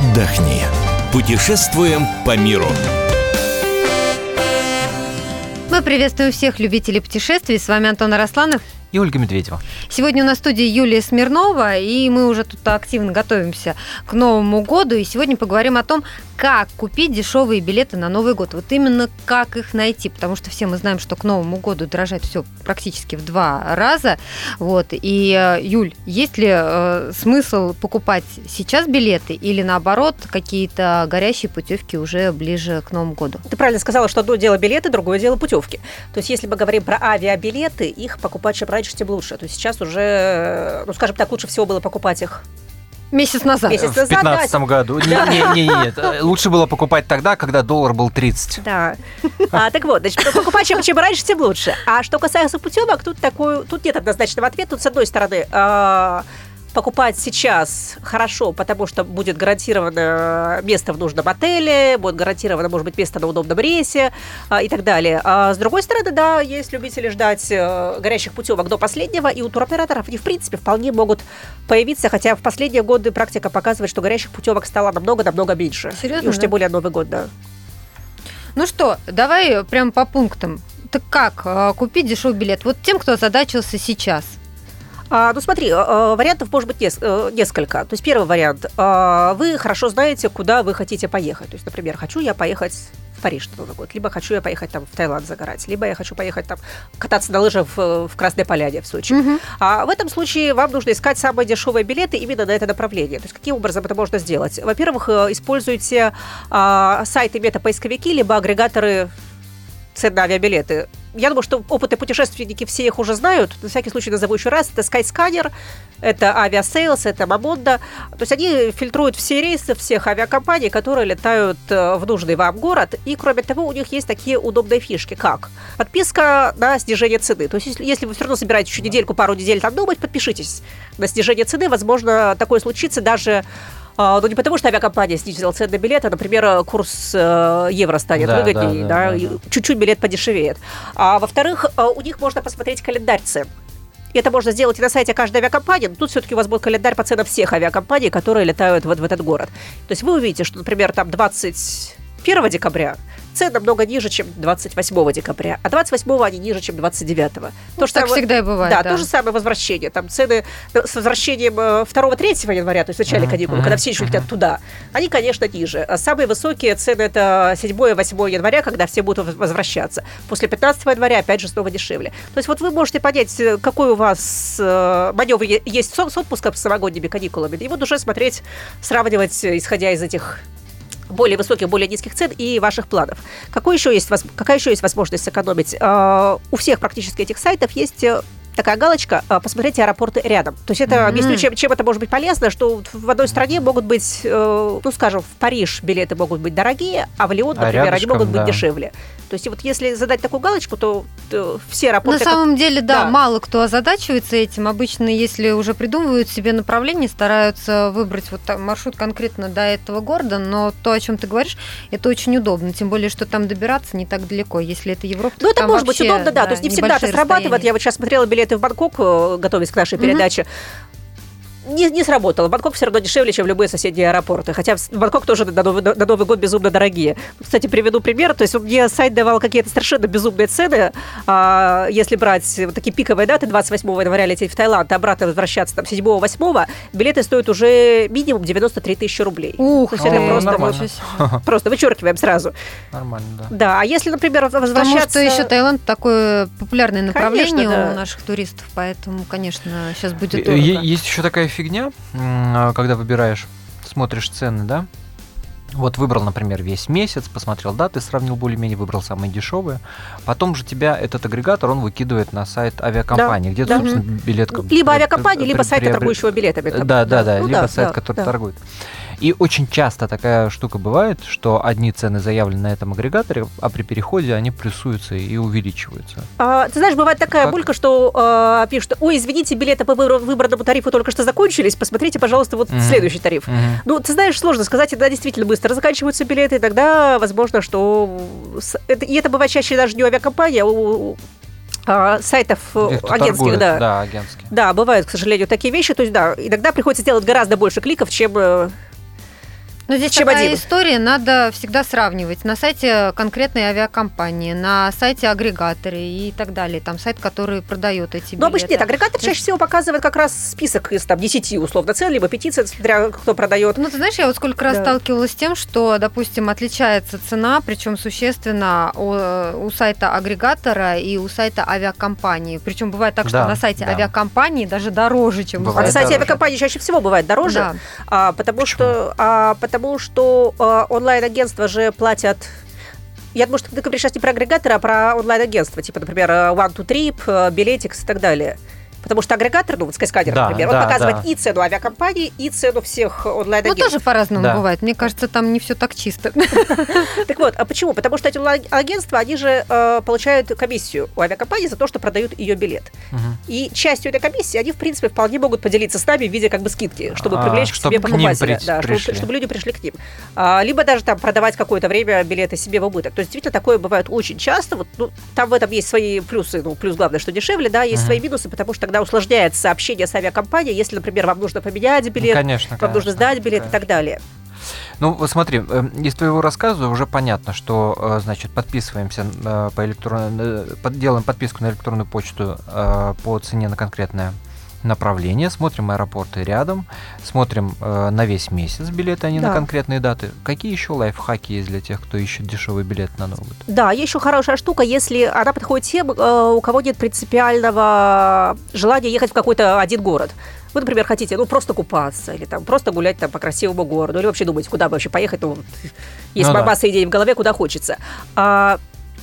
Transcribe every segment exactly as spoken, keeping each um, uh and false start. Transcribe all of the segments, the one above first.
отдохни. Путешествуем по миру. Мы приветствуем всех любителей путешествий. С вами Антон Арасланов и Ольга Медведева. Сегодня у нас в студии Юлия Смирнова, и мы уже тут активно готовимся к Новому году. И сегодня поговорим о том, как купить дешевые билеты на Новый год. Вот именно как их найти, потому что все мы знаем, что к Новому году дорожает все практически в два раза. Вот. И, Юль, есть ли э, смысл покупать сейчас билеты или, наоборот, какие-то горящие путевки уже ближе к Новому году? Ты правильно сказала, что одно дело билеты, другое дело путевки. То есть, если мы говорим про авиабилеты, их покупать чем раньше, тем лучше. То есть сейчас уже, ну, скажем так, лучше всего было покупать их Месяц назад. Месяц назад, в пятнадцатом да. году. Не-не-не, лучше было покупать тогда, когда доллар был тридцать. Да. А, так вот, значит, покупать чем, чем раньше, тем лучше. А что касается путевок, тут, такой, тут нет однозначного ответа. Тут, с одной стороны, а, покупать сейчас хорошо, потому что будет гарантировано место в нужном отеле, будет гарантировано, может быть, место на удобном рейсе а, и так далее. А с другой стороны, да, есть любители ждать а, горящих путевок до последнего, и у туроператоров они, в принципе, вполне могут появиться, хотя в последние годы практика показывает, что горящих путевок стало намного-намного меньше. Серьезно? И уж да? тем более Новый год, да. Ну что, давай прям по пунктам. Так как а, купить дешевый билет? Вот тем, кто озадачился сейчас. А, ну смотри, вариантов может быть несколько. То есть первый вариант. Вы хорошо знаете, куда вы хотите поехать. То есть, например, хочу я поехать в Париж на Новый год, либо хочу я поехать там в Таиланд загорать, либо я хочу поехать там кататься на лыжах в, в Красной Поляне в Сочи. Uh-huh. А в этом случае вам нужно искать самые дешевые билеты именно на это направление. То есть каким образом это можно сделать? Во-первых, используйте а, сайты метапоисковики, либо агрегаторы цен на авиабилеты. Я думаю, что опытные путешественники все их уже знают. На всякий случай назову еще раз. Это Skyscanner, это Aviasales, это Momondo. То есть они фильтруют все рейсы всех авиакомпаний, которые летают в нужный вам город. И, кроме того, у них есть такие удобные фишки, как подписка на снижение цены. То есть если, если вы все равно собираетесь еще недельку, пару недель там думать, подпишитесь на снижение цены. Возможно, такое случится даже... Ну, не потому, что авиакомпания снизила цены на билеты, а, например, курс э, евро станет да, выгоднее, да, да, да, да, да. чуть-чуть билет подешевеет. А во-вторых, у них можно посмотреть календарь цен. И это можно сделать и на сайте каждой авиакомпании, но тут все-таки у вас будет календарь по ценам всех авиакомпаний, которые летают в, в этот город. То есть вы увидите, что, например, там двадцать первого декабря цены намного ниже, чем двадцать восьмого декабря, а двадцать восьмого они ниже, чем двадцать девятого. Ну, то, так самое, всегда и бывает. Да, да, то же самое возвращение. Там цены с возвращением второго-третьего января, то есть в начале каникул, uh-huh. когда все еще летят uh-huh. туда, они, конечно, ниже. А самые высокие цены это седьмого-восьмого января, когда все будут возвращаться. После пятнадцатого января опять же снова дешевле. То есть вот вы можете понять, какой у вас маневр есть с отпуском с новогодними каникулами, и вот уже смотреть, сравнивать, исходя из этих более высоких, более низких цен и ваших планов. Какой еще есть, какая еще есть возможность сэкономить? У всех практически этих сайтов есть такая галочка «Посмотрите аэропорты рядом». То есть это, mm-hmm. объясню, чем, чем это может быть полезно, что в одной стране могут быть, ну, скажем, в Париж билеты могут быть дорогие, а в Лион, например, а рядышком, они могут быть да. дешевле. То есть вот если задать такую галочку, то, то все аэропорты... На самом это... деле, да, да, мало кто озадачивается этим. Обычно, если уже придумывают себе направление, стараются выбрать вот маршрут конкретно до этого города, но то, о чем ты говоришь, это очень удобно, тем более, что там добираться не так далеко. Если это Европа, то ну, это там может вообще, быть удобно, да, да, то есть не всегда это срабатывает. Я вот сейчас смотрела билеты в Бангкок, готовясь к нашей передаче. Mm-hmm. Не, не сработало. Бангкок все равно дешевле, чем любые соседние аэропорты. Хотя Бангкок тоже на Новый, на Новый год безумно дорогие. Кстати, приведу пример. То есть мне сайт давал какие-то совершенно безумные цены. А, если брать вот такие пиковые даты, двадцать восьмого января лететь в Таиланд, а обратно возвращаться там седьмого-восьмого, билеты стоят уже минимум девяносто три тысячи рублей. Ух, то есть это просто, нормально. Вот, просто вычеркиваем сразу. Нормально, да. Да, а если, например, возвращаться... Потому что еще Таиланд такое популярное направление, конечно, да, у наших туристов, поэтому, конечно, сейчас будет дорого. Есть еще такая фигня, когда выбираешь, смотришь цены, да, вот выбрал, например, весь месяц, посмотрел даты, сравнил более-менее, выбрал самые дешевые, потом же тебя этот агрегатор, он выкидывает на сайт авиакомпании, да, где, да. собственно, билет... Либо авиакомпании, либо сайта, торгующего билетами. Да, да, да, ну, либо да, сайт, да, который да. торгует. И очень часто такая штука бывает, что одни цены заявлены на этом агрегаторе, а при переходе они плюсуются и увеличиваются. А, ты знаешь, бывает такая как? булька, что а, пишут: ой, извините, билеты по выбранному тарифу только что закончились, посмотрите, пожалуйста, вот mm-hmm. следующий тариф. Mm-hmm. Ну, ты знаешь, сложно сказать, да, действительно быстро заканчиваются билеты, и тогда, возможно, что... И это бывает чаще даже не у авиакомпании, а у... сайтов Их агентских, торгуют, да. Да, агентских. Да, бывают, к сожалению, такие вещи. То есть, да, иногда приходится делать гораздо больше кликов, чем... Но здесь чем такая один. история, надо всегда сравнивать. На сайте конкретной авиакомпании, на сайте агрегаторы и так далее. Там сайт, который продает эти билеты. Но обычно нет, агрегатор чаще всего показывает как раз список из там, десяти условно цен, либо пяти цен, смотря кто продает. Ну, ты знаешь, я вот сколько раз Да. сталкивалась с тем, что, допустим, отличается цена, причем существенно у, у сайта агрегатора и у сайта авиакомпании. Причем бывает так, что Да, на сайте да. авиакомпании даже дороже, чем А Бывает на сайте дороже. авиакомпании чаще всего бывает дороже, Да. а, потому, Почему? что, а, потому что а, онлайн-агентства же платят. Я думаю, что ты говоришь сейчас не про агрегаторы, а про онлайн-агентства, типа, например, One to Trip, Билетикс и так далее. Потому что агрегатор, ну, вот Skyscanner, Да, например, да, он показывает да. и цену авиакомпании, и цену всех Ну, онлайн-агентств. тоже по-разному Да. бывает. Мне кажется, там не все так чисто. Так вот, а почему? Потому что эти онлайн-агентства, они же э, получают комиссию у авиакомпании за то, что продают ее билет. Мгм. И частью этой комиссии они, в принципе, вполне могут поделиться с нами в виде как бы скидки, чтобы А, привлечь к чтоб себе к ним покупателя. при- Да, чтобы, пришли. чтобы люди пришли к ним. А, либо даже там продавать какое-то время билеты себе в убыток. То есть, действительно, такое бывает очень часто. Вот, ну, там в этом есть свои плюсы. Ну, плюс главное, что дешевле, да, есть Мгм. свои минусы, потому что тогда усложняется общение с авиакомпанией. Если, например, вам нужно поменять Ну, билет, конечно, вам нужно конечно, сдать билет и конечно. так далее. Ну, вот смотри, э, из твоего рассказа уже понятно, что, э, значит, подписываемся э, по электронной, э, под- делаем подписку на электронную почту э, по цене на конкретное направление, смотрим аэропорты рядом, смотрим э, на весь месяц билеты, а не Да. на конкретные даты. Какие еще лайфхаки есть для тех, кто ищет дешевый билет на Новый год? Да, есть еще хорошая штука, если она подходит тем, э, у кого нет принципиального желания ехать в какой-то один город. Вы, например, хотите, ну, просто купаться, или там просто гулять там по красивому городу, или вообще думаете, куда бы вообще поехать, ну, вот, есть Ну да. масса идей в голове, куда хочется. А,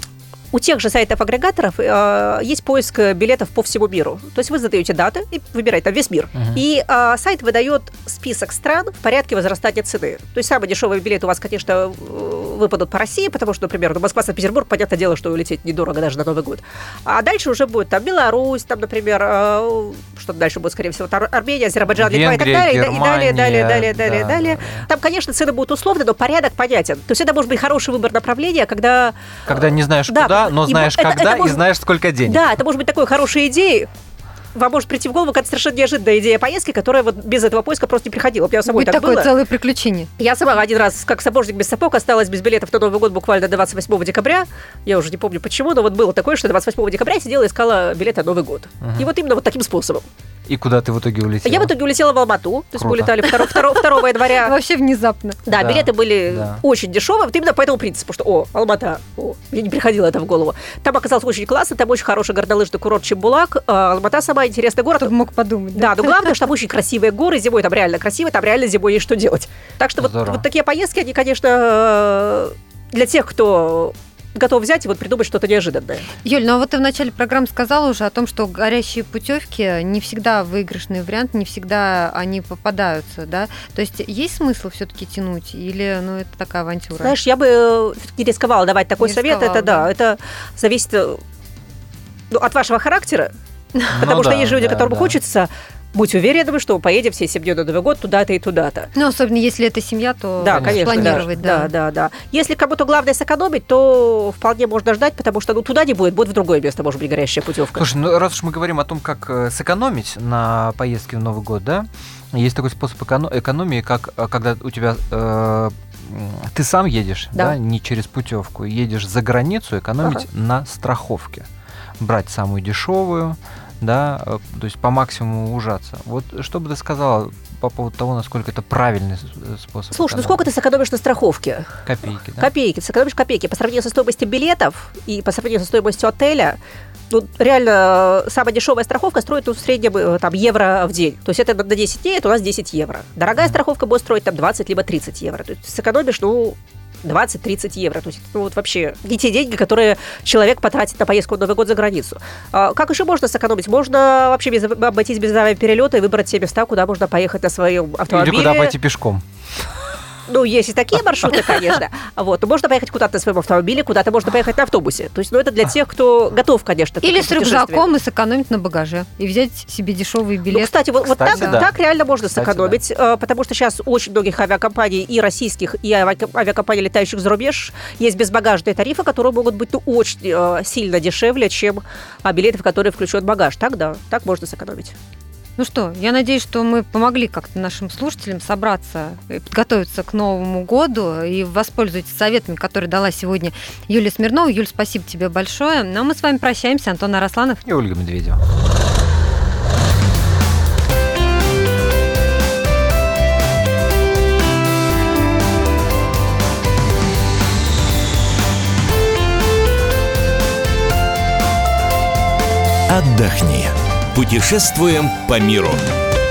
у тех же сайтов-агрегаторов э, есть поиск билетов по всему миру. То есть вы задаете даты и выбираете там весь мир. Мгм. И э, сайт выдает список стран в порядке возрастания цены. То есть самые дешевые билеты у вас, конечно, э, выпадут по России, потому что, например, ну, Москва, Санкт-Петербург, понятное дело, что улететь недорого даже на Новый год. А дальше уже будет там Беларусь, там, например, э, что дальше будет, скорее всего, Ар- Армения, Азербайджан, Литва и так Венгрия, далее. и да- и далее, далее, Германия, далее, далее, да, далее. да, да. Там, конечно, цены будут условны, но порядок понятен. То есть это может быть хороший выбор направления, когда... Когда не знаешь Да, куда, но и знаешь это- это когда может- и знаешь сколько денег. Да, это может быть такой хорошей идеей. Вам может прийти в голову какая-то совершенно неожиданная идея поездки, которая вот без этого поиска просто не приходила. У меня самой Будет так такое было. целое приключение. Я сама один раз, как сапожник без сапог, осталась без билетов на Новый год буквально до двадцать восьмого декабря. Я уже не помню почему, но вот было такое, что двадцать восьмого декабря я сидела и искала билеты на Новый год. Мгм. И вот именно вот таким способом. И куда ты в итоге улетела? Я в итоге улетела в Алмату, то есть мы Круто. улетали второго января. Вообще внезапно. Да, Да, билеты были да. очень дешевые, вот именно по этому принципу, что, о, Алмата, о, мне не приходило это в голову. Там оказалось очень классно, там очень хороший горнолыжный курорт Чембулак, а Алмата сама интересный город. Кто бы мог подумать. Да, но главное, что там очень красивые горы, зимой там реально красиво, там реально зимой есть что делать. Так что вот, Здорово. вот такие поездки, они, конечно, э, для тех, кто готов взять и вот придумать что-то неожиданное. Юль, ну а вот ты в начале программы сказала уже о том, что горящие путевки не всегда выигрышный вариант, не всегда они попадаются, да? То есть есть смысл все-таки тянуть или, ну, это такая авантюра? Знаешь, я бы э, не рисковала давать такой Не совет. рисковала, Это да, да. это зависит э, ну, от вашего характера. Ну Потому что да, есть люди, да, которым да. хочется, будь уверенным, что мы поедем все семь дней на Новый год туда-то и туда-то. Ну, особенно если это семья, то Да, конечно, планировать, да, да. да, да, да. Если кому-то главное сэкономить, то вполне можно ждать, потому что ну, туда не будет, будет в другое место, может быть, горящая путевка. Слушай, ну раз уж мы говорим о том, как э, сэкономить на поездке в Новый год, да, есть такой способ эконо- экономии, как э, когда у тебя э, м, ты сам едешь, да. Да. не через путевку, едешь за границу, экономить на страховке, брать самую дешевую, да, э, то есть по максимуму ужаться. Вот что бы ты сказала по поводу того, насколько это правильный с- э, способ? Слушай, ну экономии? сколько ты сэкономишь на страховке? Копейки, да? Копейки, ты сэкономишь копейки. По сравнению со стоимостью билетов и по сравнению со стоимостью отеля, ну, реально, э, самая дешевая страховка стоит ну, в среднем э, там, евро в день. То есть это на на десять дней, это у нас десять евро. Дорогая страховка будет стоить там двадцать либо тридцать евро. То есть сэкономишь, ну, двадцать-тридцать евро. То есть ну, вот вообще не те деньги, которые человек потратит на поездку в Новый год за границу. А как еще можно сэкономить? Можно вообще без, обойтись без авиаперелета и выбрать те места, куда можно поехать на своем автомобиле. Или куда пойти пешком? Ну, есть и такие маршруты, конечно. Вот. Но можно поехать куда-то на своем автомобиле, куда-то можно поехать на автобусе. То есть, ну, это для тех, кто готов, конечно, к Или таким с путешествиям. рюкзаком и сэкономить на багаже. И взять себе дешевый билет. Ну, кстати, вот, вот Кстати, так, да. так реально можно Кстати, сэкономить, э, потому что сейчас очень многих авиакомпаний, и российских, и ави- авиакомпаний, летающих за рубеж, есть безбагажные тарифы, которые могут быть ну, очень э, сильно дешевле, чем а, билеты, в которые включен багаж. Так, да, так можно сэкономить. Ну что, я надеюсь, что мы помогли как-то нашим слушателям собраться и подготовиться к Новому году и воспользуйтесь советами, которые дала сегодня Юлия Смирнова. Юль, спасибо тебе большое. Ну а мы с вами прощаемся. Антон Арасланов и Ольга Медведева. Отдохни. Путешествуем по миру.